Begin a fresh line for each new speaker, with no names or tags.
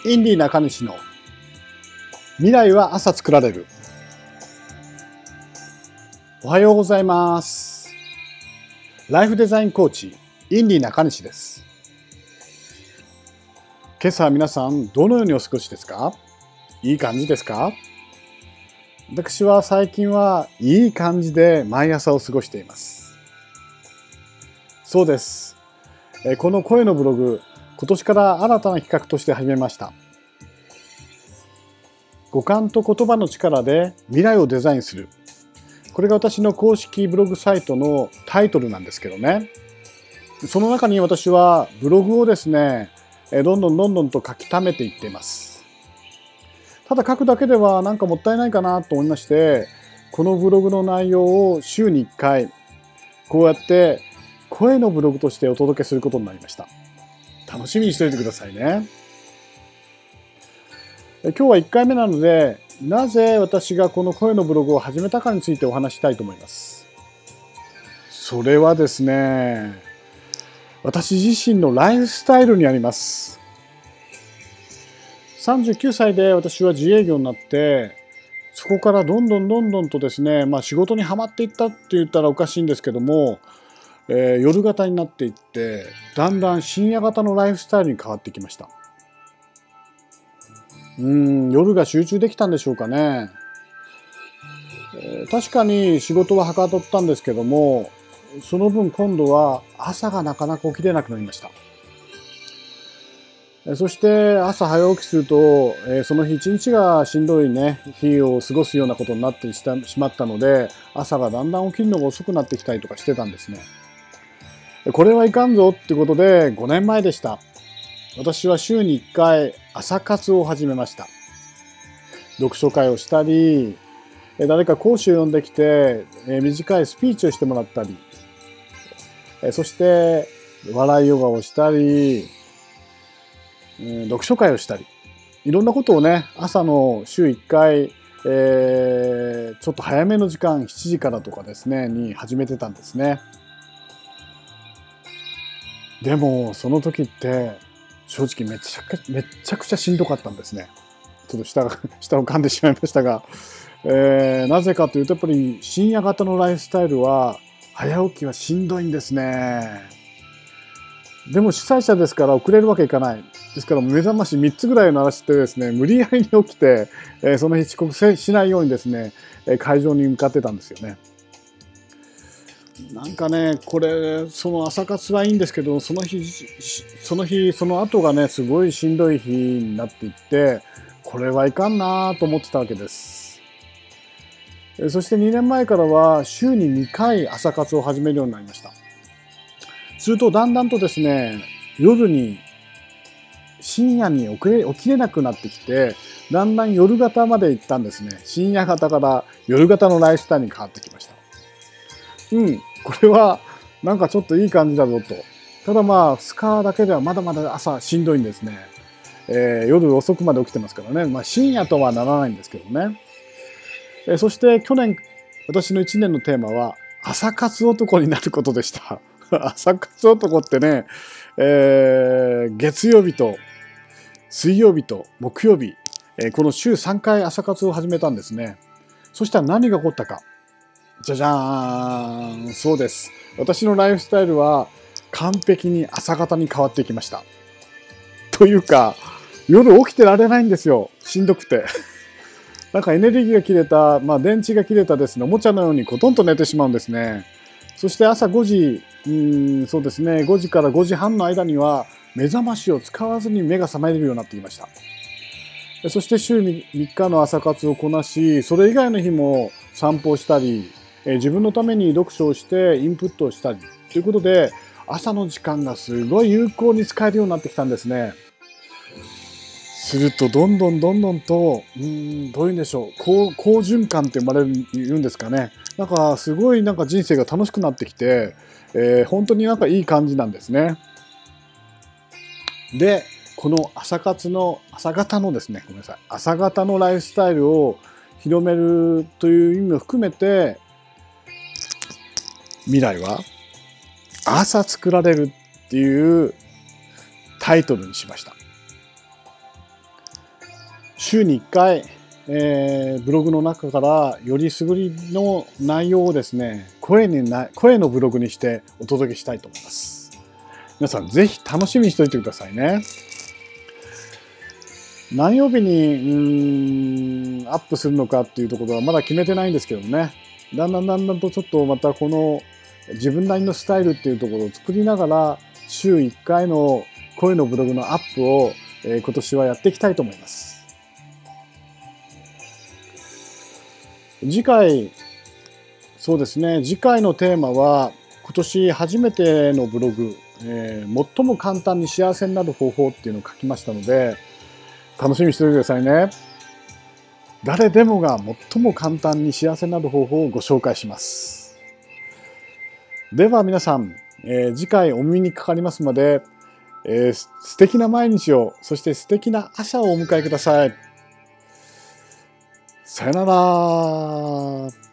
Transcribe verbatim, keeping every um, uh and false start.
インディ中西の未来は朝作られる。おはようございます。ライフデザインコーチインディ中西です。今朝皆さんどのようにお過ごしですか？いい感じですか？私は最近はいい感じで毎朝を過ごしています。そうです。この声のブログ、今年から新たな企画として始めました。五感と言葉の力で未来をデザインする。これが私の公式ブログサイトのタイトルなんですけどね。その中に私はブログをですね、どんどんどんどんと書き溜めていっています。ただ書くだけではなんかもったいないかなと思いまして、このブログの内容を週にいっかい、こうやって声のブログとしてお届けすることになりました。楽しみにしておいてくださいね。今日はいっかいめなので、なぜ私がこの声のブログを始めたかについてお話したいと思います。それはですね、私自身のライフスタイルにあります。さんじゅうきゅうさいで私は自営業になって、そこからどんどんどんどんとですね、まあ仕事にはまっていったって言ったらおかしいんですけども、えー、夜型になっていって、だんだん深夜型のライフスタイルに変わってきました。うーん、夜が集中できたんでしょうかね。えー、確かに仕事ははかどったんですけども、その分今度は朝がなかなか起きれなくなりました。そして朝早起きすると、えー、その日一日がしんどいね、日を過ごすようなことになってしまったので、朝がだんだん起きるのが遅くなってきたりとかしてたんですね。これはいかんぞってことでごねんまえでした。私は週にいっかい朝活を始めました。読書会をしたり、誰か講師を呼んできて短いスピーチをしてもらったり、そして笑いヨガをしたり、読書会をしたり、いろんなことをね、朝の週いっかい、えー、ちょっと早めの時間、しちじからとかですね、に始めてたんですね。でも、その時って、正直めちゃくちゃ、めちゃくちゃしんどかったんですね。ちょっと下が、下を噛んでしまいましたが、えー、なぜかというと、やっぱり深夜型のライフスタイルは、早起きはしんどいんですね。でも主催者ですから遅れるわけいかない。ですから目覚ましみっつぐらい鳴らしてですね、無理やりに起きて、えー、その日遅刻しないようにですね、会場に向かってたんですよね。なんかね、これ、その朝活はいいんですけど、その日、その日、その後がね、すごいしんどい日になっていって、これはいかんなと思ってたわけです。そしてにねんまえからは週ににかい朝活を始めるようになりました。するとだんだんとですね、夜に、深夜に起きれ、起きれなくなってきて、だんだん夜型まで行ったんですね。深夜型から夜型のライフスタイルに変わってきました。うん、これはなんかちょっといい感じだぞと。ただまあ、ふつかだけではまだまだ朝しんどいんですね。えー、夜遅くまで起きてますからね。まあ深夜とはならないんですけどね。えー、そして去年、私のいちねんのテーマは、朝活男になることでした。朝活男ってね、えー、月曜日と水曜日と木曜日、えー、この週さんかい朝活を始めたんですね。そしたら何が起こったか。じゃじゃーん。そうです。私のライフスタイルは完璧に朝方に変わってきました。というか、夜起きてられないんですよ。しんどくて。なんかエネルギーが切れた、まあ電池が切れたですね、おもちゃのようにコトンと寝てしまうんですね。そして朝ごじ、うーん、そうですね、ごじからごじはんの間には目覚ましを使わずに目が覚めるようになってきました。そして週みっかの朝活をこなし、それ以外の日も散歩をしたり、自分のために読書をしてインプットをしたりということで、朝の時間がすごい有効に使えるようになってきたんですね。するとどんどんどんどんと、うーん、どういうんでしょう、好、好循環って生まれる言うんですかね。なんかすごいなんか人生が楽しくなってきて、えー、本当になんかいい感じなんですね。で、この朝活の、朝方のですね、ごめんなさい、朝方のライフスタイルを広めるという意味も含めて、未来は朝作られるっていうタイトルにしました。 週にいっかい、えー、ブログの中からよりすぐりの内容をですね、声にな声のブログにしてお届けしたいと思います。皆さんぜひ楽しみにしておいてくださいね。何曜日にうーんアップするのかっていうところはまだ決めてないんですけどね、だんだんだんだんとちょっとまたこの自分なりのスタイルっていうところを作りながら週いっかいの声のブログのアップを、えー、今年はやっていきたいと思います。次回、そうですね、次回のテーマは今年初めてのブログ、えー、最も簡単に幸せになる方法っていうのを書きましたので、楽しみにしておいてくださいね。誰でもが最も簡単に幸せになる方法をご紹介します。では皆さん、えー、次回お耳にかかりますまで、えー、素敵な毎日を、そして素敵な朝をお迎えください。さよなら。